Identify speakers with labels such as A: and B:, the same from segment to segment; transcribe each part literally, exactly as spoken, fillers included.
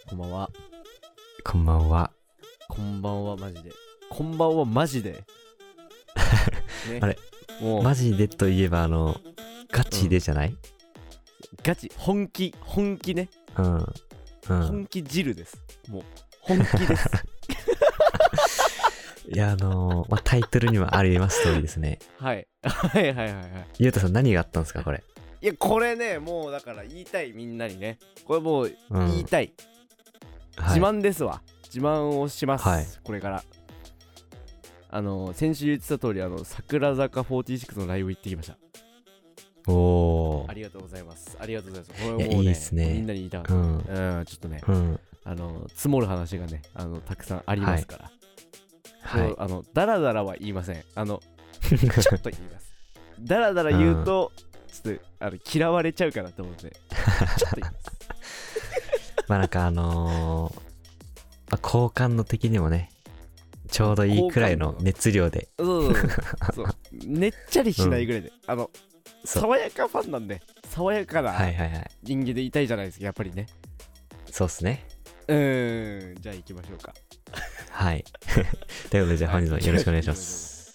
A: こんばんは。
B: こんばんは。
A: こんばんはマジで。こんばんはマジで。ね、
B: あれ
A: もう
B: マジでといえばあのガチでじゃない？
A: ガチ本気本気ね。
B: うん。うん。
A: 本気汁です。もう本気です。
B: いやあのー、まあ、タイトルにもあります通りですね。
A: はいはいはいはいはい。
B: ゆうたさん何があったんですかこれ？
A: いやこれねもうだから言いたいみんなにね。これもう
B: うん、
A: 言いたい。
B: はい、
A: 自慢ですわ。自慢をします。
B: はい、
A: これから。あの先週言ってた通りあの桜坂フォーティーシックスのライブ行ってきました。
B: おー。
A: ありがとうございます。ありがとうございます。これもうね、
B: いやいいですね。
A: みんなに言いたかった。
B: う
A: うん、
B: ん。
A: ちょっとね、
B: うん。
A: あの積もる話がね、あのたくさんありますから。
B: はい。
A: あのダラダラは言いません。あのちょっと言います。ダラダラ言うと、うん、ちょっとあの嫌われちゃうかなと思って、ちょっと言います。
B: まあなんかあのー、まあ、好感度的にもね、ちょうどいいくらいの熱量で。
A: そうそうそうそう。ねっちゃりしないぐらいで、うん、あの爽やかファンなんで、爽やかな人間でいたいじゃないですか、やっぱりね。
B: そうっすね。
A: うーん、じゃあ行きましょうか。
B: はい。ということで、じゃあ本日もよろしくお願いします。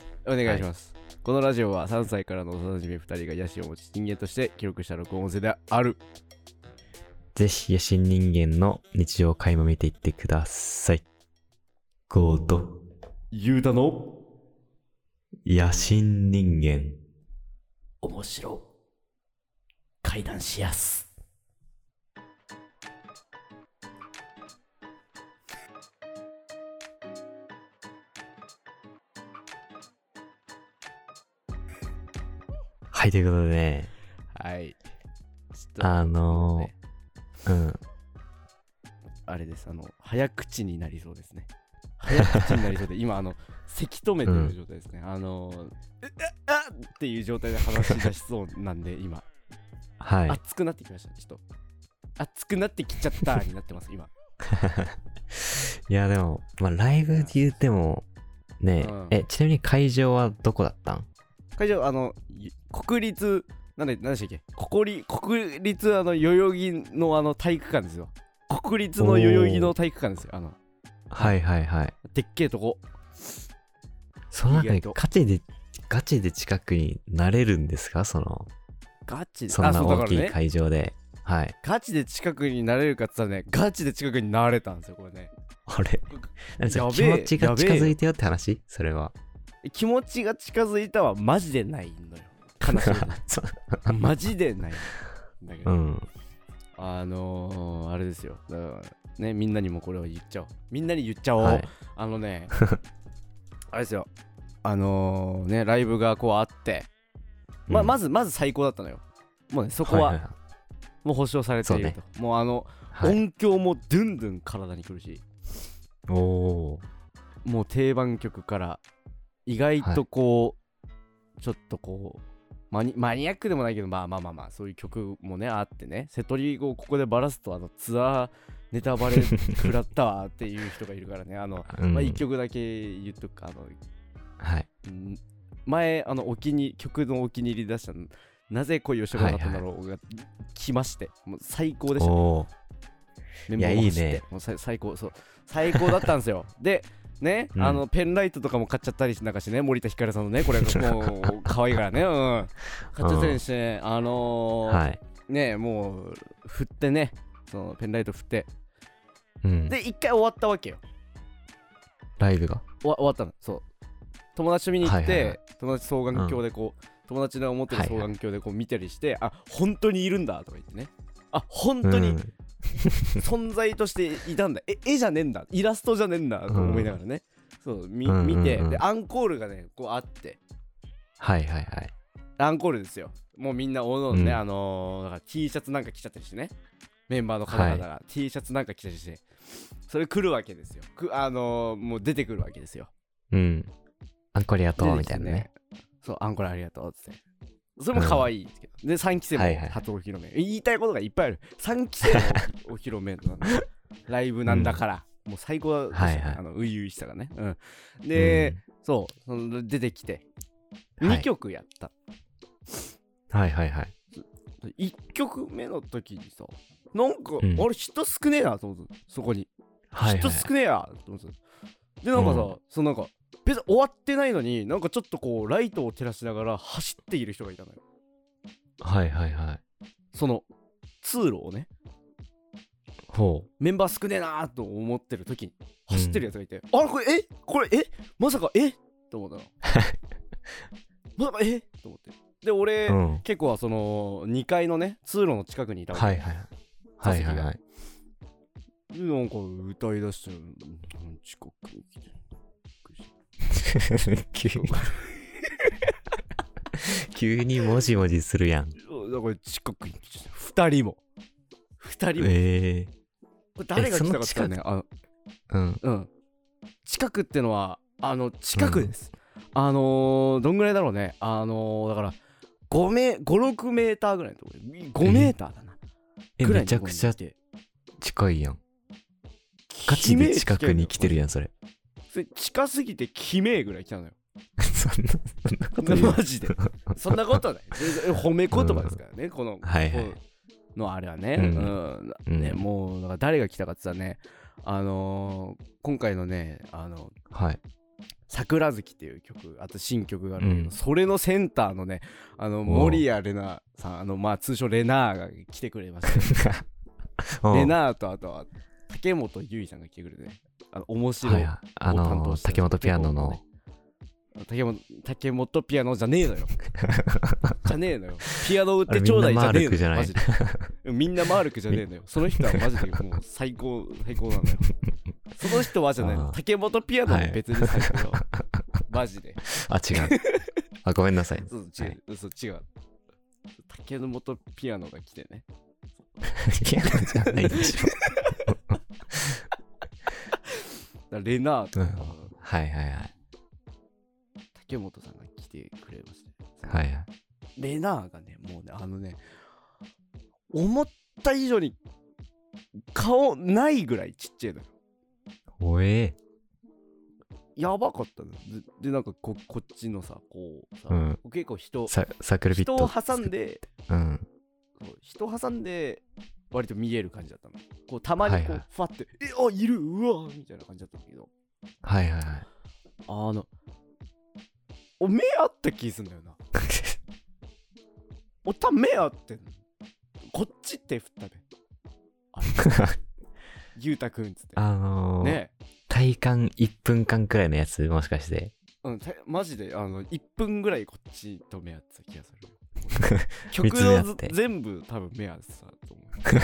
A: お願いします。はい、このラジオはさんさいからの幼馴染ふたりが野心を持ち人間として記録した録音音声である。
B: ぜひ野心人間の日常会も見ていってください。ゴート。
A: ゆうたの
B: 野心人間。
A: 面白怪談しやす。
B: はい、ということでね。
A: はい。
B: あのー、うん。
A: あれです、あの、早口になりそうですね。早口になりそうで、今、あの、せき止めてる状態ですね。うん、あのー、あっっていう状態で話し出しそうなんで、今。
B: はい。
A: 熱くなってきました、ちょっと。熱くなってきちゃったになってます、今。
B: いや、でも、まあ、ライブで言っても、ね、うん、え、ちなみに会場はどこだったん？
A: 会場、あの、国立、なんで、なんでしたっけ、国立、国立、あの、代々木のあの体育館ですよ。国立の代々木の体育館ですよ。あの、
B: はいはいはい。
A: でっけえとこ。
B: その中にガチで、ガチで近くになれるんですか？その、
A: ガチで、
B: そんな大きい会場で。ね、はい。
A: ガチで近くになれるかって言ったらね、ガチで近くになれたんですよ、これね。
B: あれ何それ気持ちが近づいてよって話？それは。
A: 気持ちが近づいたはマジでないのよ。悲しい。マジでない。だけど、うん、あのー、あれですよ。だからね、みんなにもこれを言っちゃおう。みんなに言っちゃおう。はい、あのね、あれですよ。あのー、ね、ライブがこうあって、ま、うん、まず、まず最高だったのよ。もうね、そこは、はいはいはい、もう保証されていると。ね、もうあの、はい、音響もドゥンドゥン体に来るし、
B: おー、
A: もう定番曲から意外とこう、はい、ちょっとこうマ ニ, マニアックでもないけど、まあまあまあまあそういう曲もねあってね、瀬戸りをここでバラすとあのツアーネタバレ食らったわっていう人がいるからね、あの、うん、まあいっきょくだけ言っとくか、あの、
B: はい、
A: 前あのお気に曲のお気に入り出したのなぜ恋をしてこなかったんだろうが来まして、もう最高でした、ね。
B: いやいいね。
A: もう最高、そう最高だったんですよ。でね、うん、あのペンライトとかも買っちゃったりなんかしてね、森田ひかるさんのね、これもう可愛いからね、うん、買っちゃったりして、あのーはい、ね、もう振ってね、そのペンライト振って、うん、で一回終わったわけよ、
B: ライブが
A: 終わったの。そう、友達と見に行って、はいはいはい、友達双眼鏡でこう、うん、友達の持ってる双眼鏡でこう見たりして、はいはい、あ、本当にいるんだとか言ってね、あ、本当に、うん存在としていたんだ、え絵じゃねえんだ、イラストじゃねえんだと思いながらね、うん、そう 見, 見て、でアンコールがねこうあって、
B: はいはいはい、
A: アンコールですよ。もうみんなおのおのね、うん、あのー、だから T シャツなんか着ちゃったりしてね、メンバーの方々が T シャツなんか着たりして、それ来るわけですよ。くあのー、もう出てくるわけですよ。
B: うん。アンコールありがとうみたいなね。
A: そう、アンコールありがとうっつって。それも可愛いですけど、うん、でさんき生も初お披露目、はいはい、言いたいことがいっぱいある。さんき生のお披露目のライブなんだから、うん、もう最高でしたね、はいはい、あの初々しさがね、うん、で、うん、そうその出てきてにきょくやった、
B: はい、はいはいはい。
A: いっきょくめの時にさ、 なんか、うん、あれ人少ねえなと思って、そこに、はいはい、人少ねえやと思って、でなんかさ、うん、そのなんか別に終わってないのになんかちょっとこうライトを照らしながら走っている人がいたのよ。
B: はいはいはい。
A: その通路をね、ほうメンバー少ねえなと思ってる時に走ってるやつがいて、うん、あれこれえこれえまさかえと思ったのまさかえと思って、で俺、うん、結構はそのにかいのね通路の近くにいたわけ。はいはいはいはいはい。でなんか歌い出してる近くに来て
B: 急に急にもじもじするやん。
A: だから近くに来てふたりもふたりも、えー、これ誰が来たかったね。あうんうん近くってのはあの近くです、うん、あのー、どんぐらいだろうね、あのー、だからごメごろくメーターぐらいのところでごメーターだな
B: えめちゃくちゃ近いやん。ガチで近くに来てるやんそれ。
A: それ近すぎてキメーぐらい来たのよ
B: そんなそんなこと
A: マジでそんなことない褒め言葉ですからね、うん、この、はいはい、のあれはね、うんうんね、もうだから誰が来たかって言ったらね、あのー、今回のねあの、はい、桜月っていう曲、あと新曲があるんだけど、うん、それのセンターのねあの森谷レナさん、あのまあ通称レナーが来てくれました、ね、レナーとあとは竹本結衣さんが来てくれてね、あの面白い、はい、
B: あのー、竹本ピアノの
A: 竹本、竹本ピアノじゃねえのよじゃねえのよ、ピアノ売ってちょうだいじゃねえのよ、マジでみんなマールクじゃねえのよ、その人はマジでもう最高最高なのよその人はじゃないの、竹本ピアノも別に最高、はい、マジで
B: あ違うあごめんなさい
A: そう違う、はい、そう違う竹本ピアノが来てね
B: ピアノじゃないでしょ
A: レナート、うん、
B: はいはいはい
A: 竹本さんが来てくれました、
B: ね、はいはい。
A: レナーがねもうねあのね思った以上に顔ないぐらいちっちゃいのよ。
B: おえ
A: ー、やばかったので, でなんか こ, こっちのさこうさ、うん、結構人
B: ササクルビット
A: 人を挟んで、うん、そう人を挟んで割と見える感じだったの。こうたまにこう、はいはい、ファってえあいるうわみたいな感じだったんだけど、
B: はいはいはい、
A: あのお目あった気すんだよなおた目あってんのこっちって振ったでゆうたくんっつって
B: あのー、ね体感いっぷんかんくらいのやつもしかして
A: うんマジであのいっぷんぐらいこっちと目合ってた気がする曲の全部多分目合ってたと思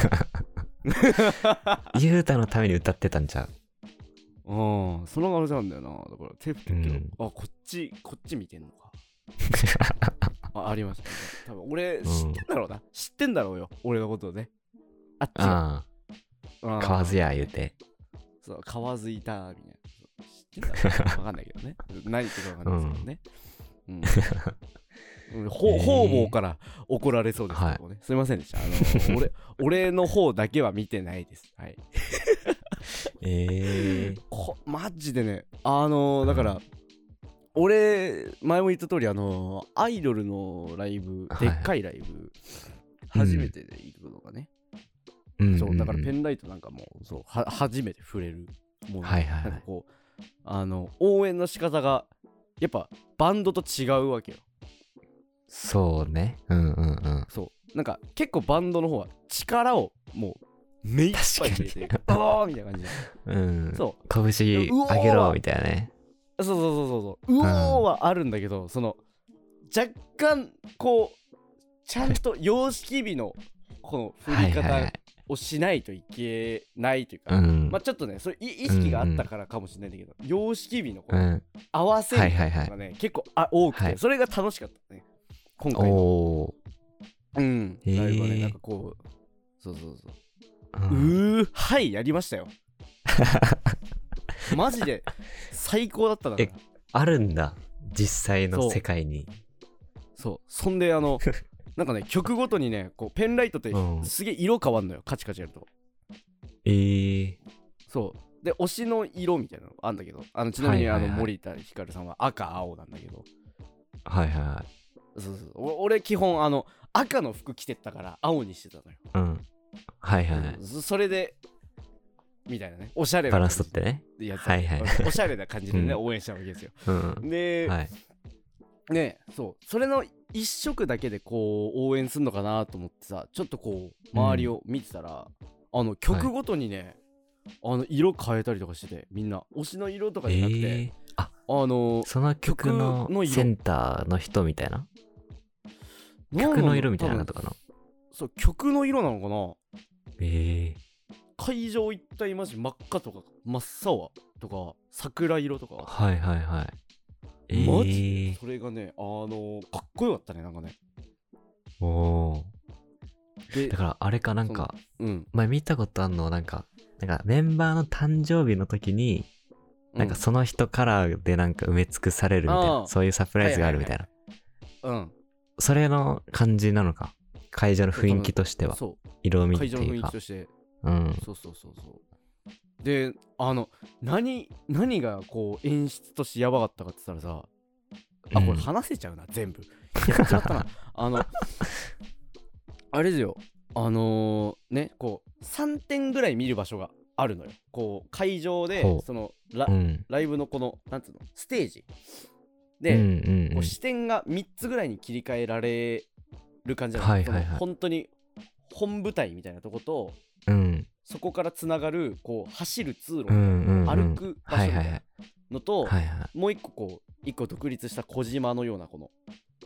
B: うゆうたのために歌ってたんちゃう。
A: うん、その顔なんだよな。だから手振ってるけど、うん、あ、こっち、こっち見てんのか。あ, ありましたね。多分俺、知ってんだろうな、うん。知ってんだろうよ、俺のことをね。あっち
B: ああ。河津や言うて。
A: そう、河津いた、みたいな。知ってんだろうわかんないけどね。何言ってるかわかんないですけどね。うん。うん、ほ方々から怒られそうですけどね、はい、すいませんでした。あの俺俺の方だけは見てないです。はい。
B: えー、
A: こマジでね、あのー、だから、うん、俺前も言った通り、あのー、アイドルのライブ、でっかいライブ、はい、初めてで行くのがね、うん、そうだからペンライトなんかもそうは初めて触れるもの、はいはいはい、なんかこうあの応援の仕方がやっぱバンドと違うわけよ。
B: そうね、うんうんうん。
A: そうなんか結構バンドの方は力をもう目いっぱい入れてあーみたいな感じで、
B: うん、そう拳上げろみたいなね。
A: そうそうそうそうそううおーはあるんだけど、うん、その若干こうちゃんと様式美のこの振り方をしないといけないというか、はいはいはい、まあちょっとねそういう意識があったからかもしれないんだけど、うん、様式美のこう、うん、合わせるのがね、はいはいはい、結構あ多くて、はい、それが楽しかったね今回の。おうん、ライブはね、なんかこうそうそうそう、うん、うーはいやりましたよマジで最高だったな。え
B: あるんだ実際の世界に。
A: そう、そんであのなんかね曲ごとにねこうペンライトってすげえ色変わんのよ、カチカチやると。
B: えー、
A: そうで推しの色みたいなのあんだけど、あのちなみに、はいはいはい、あの森田ひかるさんは赤青なんだけど、
B: はいはいはい、
A: そうそう俺基本あの赤の服着てったから青にしてたのよ。
B: うん、はいはいはい、
A: そ, それでみたいなね、おしゃれな
B: バランス取ってね、
A: やつ、
B: はいはい、
A: おしゃれな感じでね、
B: うん、
A: 応援したわけですよ、
B: うん、
A: で、
B: はい、
A: ね、そうそれの一色だけでこう応援するのかなと思ってさ、ちょっとこう周りを見てたら、うん、あの曲ごとにね、はい、あの色変えたりとかしてて、みんな推しの色とかじゃなくて、えー、
B: あ
A: あの
B: その曲のセンターの人みたいな、曲の色みたいなのとかな、
A: そう、曲の色なのかな。
B: えー、
A: 会場一体マジ真っ赤とか真っ青とか桜色とか、
B: はいはいはい、
A: えー、マジそれがね、あのー、かっこよかったね、なんかね。
B: おお。でだからあれか、なんか、うん、前見たことあるのはなんかなんかメンバーの誕生日の時に、うん、なんかその人カラーでなんか埋め尽くされるみたいな、そういうサプライズがあるみたいな、はいはいはい、うん、それの感じなのか、会場の雰囲気としては、そう色味っていうか、会場の雰囲気として、うん、そうそうそうそう。で、あの何何がこう演出としてやばかったかって言ったらさ、あ、これ話せちゃうな、うん、全部やっちゃったなあのあれですよ、あのー、ね、こうさんてんぐらい見る場所があるのよ。こう会場でその ラ,、うん、ライブのこのなんつうのステージで、うんうんうん、こう視点がみっつぐらいに切り替えられる感じなの、はいはいはい、本当に本舞台みたいなとこと、うん、そこからつながるこう走る通路みたいな、うんうんうん、歩く場所みたいなのと、はいはいはい、もう一個こう一個独立した小島のようなこの、 うん、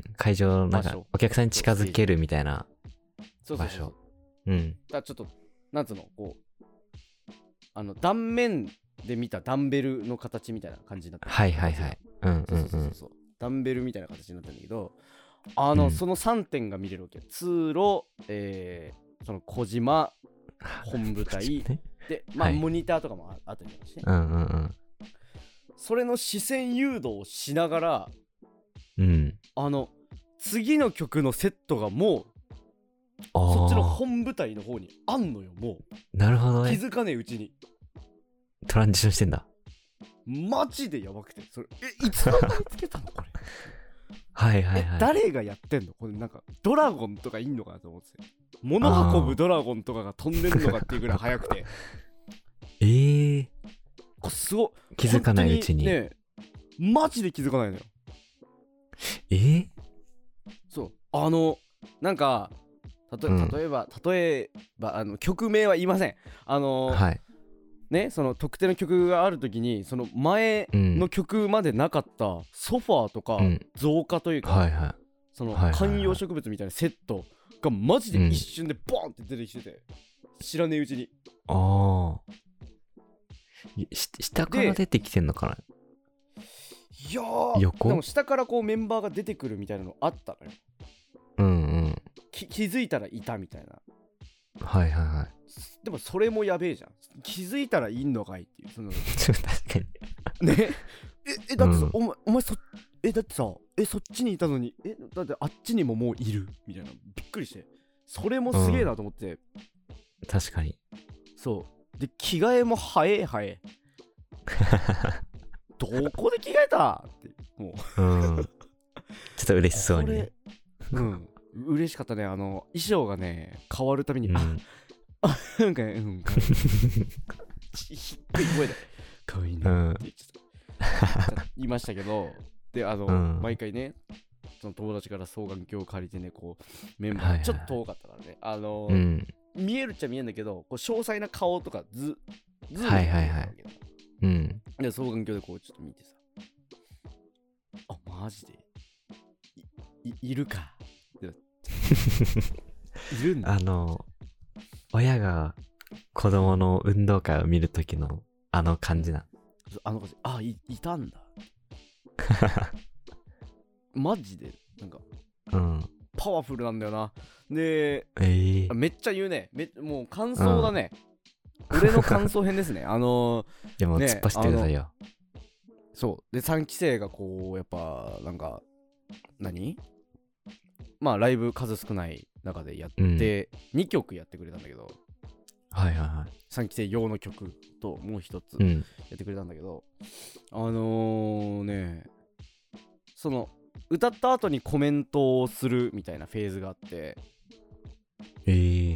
B: 会場なんかお客さんに近づけるみたいな場所。そうそうそう、うん、
A: だからちょっとなんつうの、こうあの断面で見たダンベルの形みたいな感じになってる。
B: はいはいはい、うんうんうん、そうそうそう、
A: ダンベルみたいな形になってるんだけど、あの、うん、そのさんてんが見れるわけ。通路、えー、その小島、本舞台で、まあ、はい、モニターとかもあったりとかして、うんうんうん、それの視線誘導をしながら、うん、あの次の曲のセットがもうそっちの本舞台の方にあんのよ、も
B: う。なるほどね。
A: 気づかねえうちに
B: トランジションしてんだ。
A: マジでやばくて、それえいつの間につけたのこれ
B: はいはいはい。
A: え誰がやってんのこれ、なんかドラゴンとかいんのかなと思って、物運ぶドラゴンとかが飛んでんのかっていうぐらい速くて
B: えー、
A: これすごい、
B: 気づかないうちに
A: ね、マジで気づかないのよ。
B: えー、
A: そうあのなんかたと、うん、例えば例えばあの曲名は言いません。あのーはい、ね、その特定の曲があるときにその前の曲までなかったソファーとか造花というか、うん、はいはい、その観葉植物みたいなセットがマジで一瞬でボーンって出てきてて、うん、知らねえうちに。
B: ああ、下から出てきてんのかな。
A: いやー、横でも下からこうメンバーが出てくるみたいなのあったのよ。うんうん、気づいたらいたみたいな。
B: はいはいはい。
A: でもそれもやべえじゃん。気づいたらいんのかいっていう、その
B: 確か
A: にねええだってさ、うん、お前お前そえだってさえそっちにいたのにえだってあっちにももういるみたいな、びっくりして、それもすげえなと思って、うん、
B: 確かに。
A: そうで着替えも早え早えどこで着替えたってもう、うん、
B: ちょっと嬉しそうにね。
A: うん嬉しかったね。あの衣装がね変わるたびに、うん、ああなんかね、うんか低い声でかわいいねって言っちゃった、うん、言いましたけど、であの、うん、毎回ねその友達から双眼鏡を借りてね、こうメンバーちょっと遠かったからね、はいはい、あの、うん、見えるっちゃ見えるんだけど、こう詳細な顔とかずず
B: はいはいはい、うん、
A: で双眼鏡でこうちょっと見てさ、あマジで い, い, いるかいるんだ。
B: あの親が子供の運動会を見るときのあの感じな、
A: あの感じ、あ い, いたんだマジでなんか、うん、パワフルなんだよな。で、えー、めっちゃ言うね、めもう感想だね、うん、俺の感想編ですねあのー、
B: いやもう突っ走ってくださいよ、ね、
A: そうでさんき生がこうやっぱなんか何まあライブ数少ない中でやって、うん、にきょくやってくれたんだけど、
B: はいはいはい、
A: さんき生用の曲ともう一つやってくれたんだけど、うん、あのー、ねその歌った後にコメントをするみたいなフェーズがあって、
B: えー、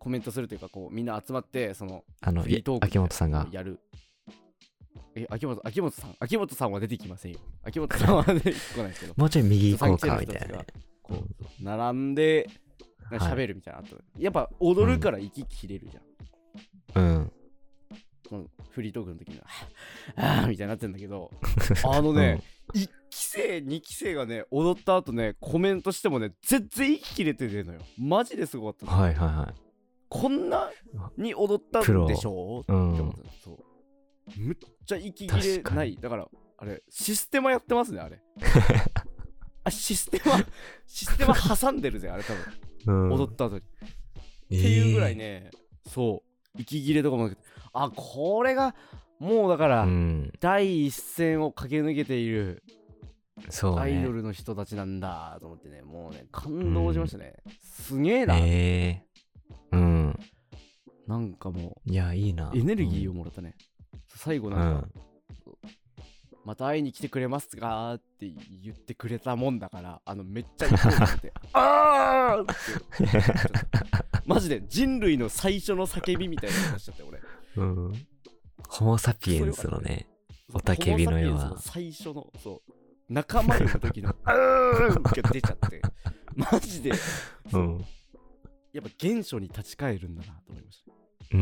A: コメントするというかこうみんな集まってその
B: あの
A: フリートーク
B: 秋元さんが
A: やる。え秋元秋元さん秋元さんは出てきませんよ。秋元さんは出てこないですけど。
B: もうちょい右行こうかみたいな、ね。
A: こう並んで喋るみたいな、はい、あとやっぱ踊るから息切れるじ
B: ゃん。うん。
A: そのフリートークの時にはああみたいになってんだけど、あのね、うん、いっきせいにきせいがね踊った後ねコメントしてもね全然息切れてるのよ。マジですごかった。
B: はいはいはい。
A: こんなに踊ったんでしょう、うん、って思った。そうむっちゃ息切れない。だからあれシステマやってますねあれ。あシステマシステマ挟んでるぜあれ多分、うん、踊った後に、えー、っていうぐらいね。そう息切れとかもなくて、あこれがもうだから、うん、第一線を駆け抜けているそう、ね、アイドルの人たちなんだと思ってね、もうね感動しましたね、うん、すげえな。
B: えー、うん
A: なんかもう
B: いやいいな、
A: エネルギーをもらったね、うん、最後なんか、うん、また会いに来てくれますかって言ってくれたもんだから、あのめっちゃ行こうってあーってマジで人類の最初の叫びみたいなの出しちゃって俺、うん、
B: ホモサピエンスのねおたけびのような
A: 最初のそう仲間の時のあーが出ちゃってマジで、うん、やっぱ原初に立ち返るんだなと思いました。うん。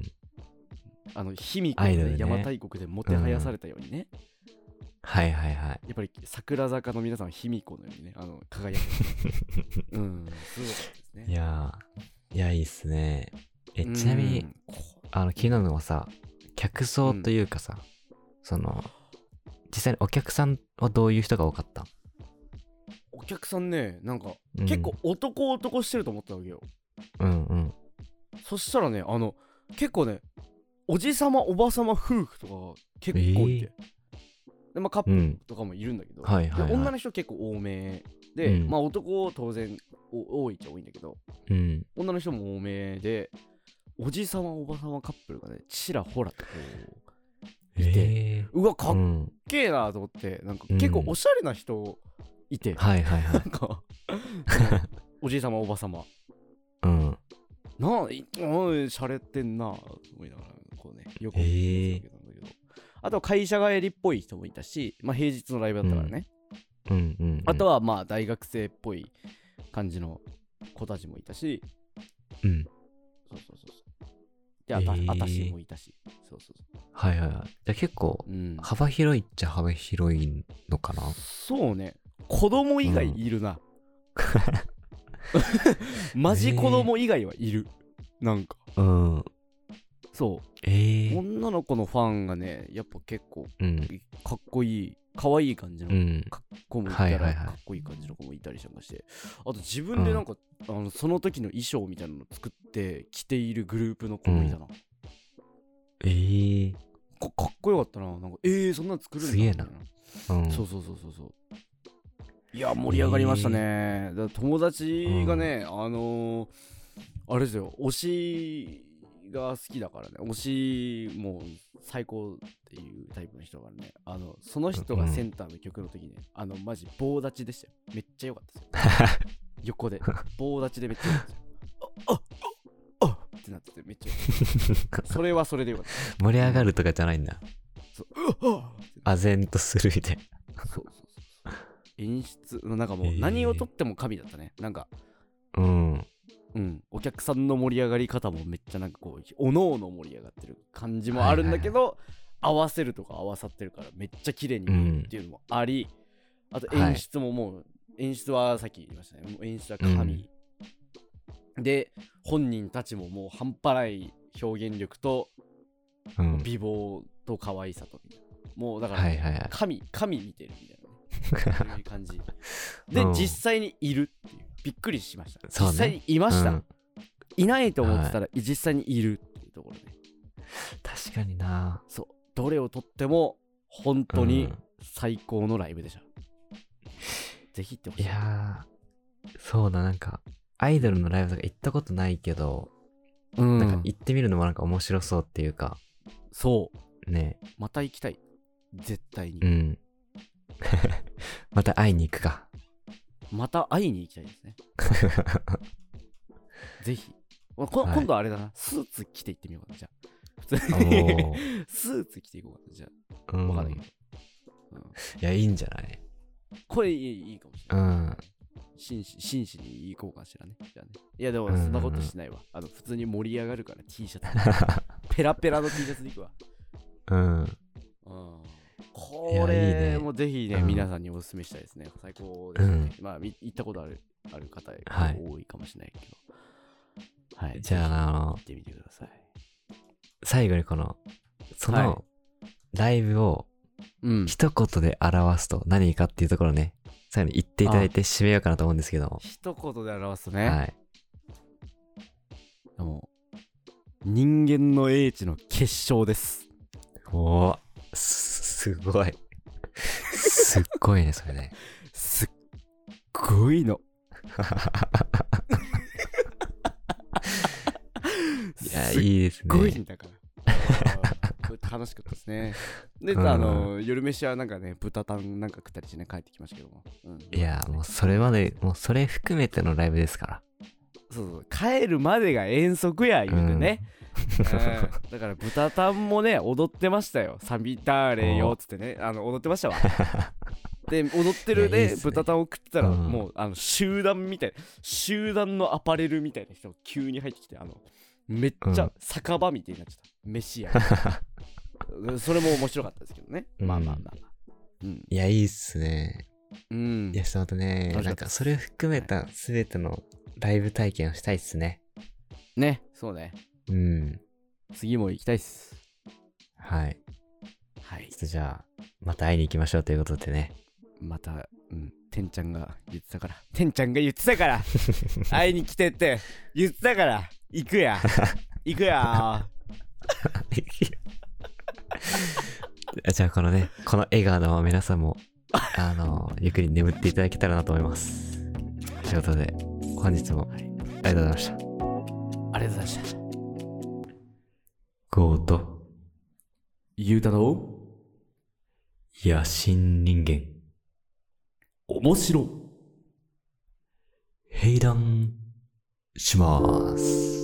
A: あの卑弥呼の、ねね、邪馬台国でもてはやされたようにね、うん、
B: はいはいはい。
A: やっぱり桜坂の皆さんは卑弥呼のようにね、あの輝くうんすごかったですね。
B: いやいやいいっすね。えちなみにあの気になるのはさ客層というかさ、うん、その実際にお客さんはどういう人が多かった？
A: お客さんねなんか、うん、結構男男してると思ったわけよ。
B: うんうん。
A: そしたらねあの結構ねおじさまおばさま夫婦とか結構いて、えー、でまあカップルとかもいるんだけど、うんはいはいはい、女の人結構多めで、うん、まあ男当然多いっちゃ多いんだけど、うん、女の人も多めでおじさまおばさまカップルがねちらほらとこういて、えー、うわかっけえなと思って、なんか結構おしゃれな人いて、うん、
B: はいはいはい
A: なんかおじいさまおばさま
B: うん
A: なあおしゃれてんなと思いながらこうねよく見てたんだけど、あと会社帰りっぽい人もいたし、まあ平日のライブだったからね、
B: うんうんうんうん、
A: あとはまあ大学生っぽい感じの子たちもいたし、
B: うん
A: そうそうそうそうであた、えー、あたしもいたし、そうそうそう
B: はいはいはい。じゃあ結構、うん、幅広いっちゃ幅広いのかな。
A: そうね子供以外いるな、うん、マジ子供以外はいる、えー、なんか
B: うん
A: そう、
B: えー、
A: 女の子のファンがねやっぱ結構、うん、かっこいい可愛い感じの子もいたら、うんはいはいはい、かっこいい感じの子もいたりなんかして、あと自分でなんか、うん、あのその時の衣装みたいなの作って着ているグループの子もいたな、うん、
B: えー、
A: か, かっこよかったな。なんかえーそんなの作るんだ
B: すげえな、
A: うん、そうそうそうそうそういや盛り上がりましたね、えー、だ友達がね、うん、あのー、あれですよ推しが好きだからね、推しもう最高っていうタイプの人がね、あのその人がセンターの曲の時ね、うん、あのマジ棒立ちでしたよ。めっちゃ良かったですよ横で棒立ちでめっちゃ良かったですよあっあっあっってなっててめっちゃ良かったそれはそれで良かった
B: 盛り上がるとかじゃないんだ、
A: そう
B: あぜんとするみたいな
A: そうそうそう演出のなんかもう何をとっても神だったね、なんか
B: うん
A: うん、お客さんの盛り上がり方もめっちゃなんかこうおのおの盛り上がってる感じもあるんだけど、はいはいはい、合わせるとか合わさってるからめっちゃ綺麗に見えるっていうのもあり、うん、あと演出ももう、はい、演出はさっき言いましたね、演出は神、うん、で本人たちももう半端ない表現力と、うん、美貌と可愛さともうだから神、はいはいはい、神見てるみたいなねそういう感じで、うん、実際にいるっていうびっくりしました、ね、実際にいました、うん、いないと思ってたら、はい、実際にいるっていうところで、ね、
B: 確かにな、
A: そうどれをとっても本当に最高のライブでした、うん、ぜひ行ってほしい。
B: いやそうだ、なんかアイドルのライブとか行ったことないけど、うん、なんか行ってみるのもなんか面白そうっていうか、
A: そう
B: ね
A: また行きたい絶対に、
B: うんまた会いに行くか、
A: また会いに行きたいですねぜひこ今度はあれだな、はい、スーツ着ていってみようかな、じゃあ。普通にスーツ着ていこうかな、じゃあ。わかんないけど。
B: うん、いや、いいんじゃない？
A: これいい、いいかもしれない。うん。紳士、紳士に行こうかしらね。じゃあね。いや、でもそんなことしないわ。あの、普通に盛り上がるから T シャツ。ペラペラの T シャツで行くわ。うん。うん。これもぜひね、うん、皆さんにお勧めしたいですね。最高ですね。うん、まあ、行ったことある、ある方が多いかもしれないけど。はい。はい、
B: じゃあ、あの、
A: 行ってみてください。
B: 最後にこの、その、ライブを、一言で表すと何かっていうところね、最後に言っていただいて締めようかなと思うんですけども。
A: 一言で表すとね。はい。もう、人間の英知の結晶です。
B: おー、すごい。すっごいね、それね。
A: すっごいの。
B: いや、いいですね。
A: すっごいんだから。楽しかったですね。で、うん、あの夜飯はなんかね、豚タンなんか食ったりしてね、帰ってきましたけども。うん、
B: いや、もうそれまで、もうそれ含めてのライブですから。
A: そうそう、帰るまでが遠足や言うてね。うんうん、だから豚タンもね、踊ってましたよ。サビターレよっつってね、あの踊ってましたわ。で、踊ってるで、ね、豚タンを食ってたら、うん、もうあの集団みたいな、集団のアパレルみたいな人が急に入ってきて、あのめっちゃ酒場みたいになっちゃった。飯や。それも面白かったですけどね。まあまあまあまあ。
B: うん、いや、いいっすね。うん。いや、そのね、なんかそれを含めた全てのライブ体験をしたいっすね。
A: ね、そうね。うん。次も行きたいっす。
B: はい。はい。じゃあ、また会いに行きましょうということでね。
A: また、うん。てんちゃんが言ってたから。てんちゃんが言ってたから。会いに来てって言ってたから。行くや。行くや。
B: じゃあこのね、この笑顔の皆さんも、あの、ゆっくり眠っていただけたらなと思います。ということで、本日もありがとうございました。
A: ありがとうございました。
B: ゴーと、
A: ゆうたの、
B: 野心人間。
A: 面白。
B: 閉壇します。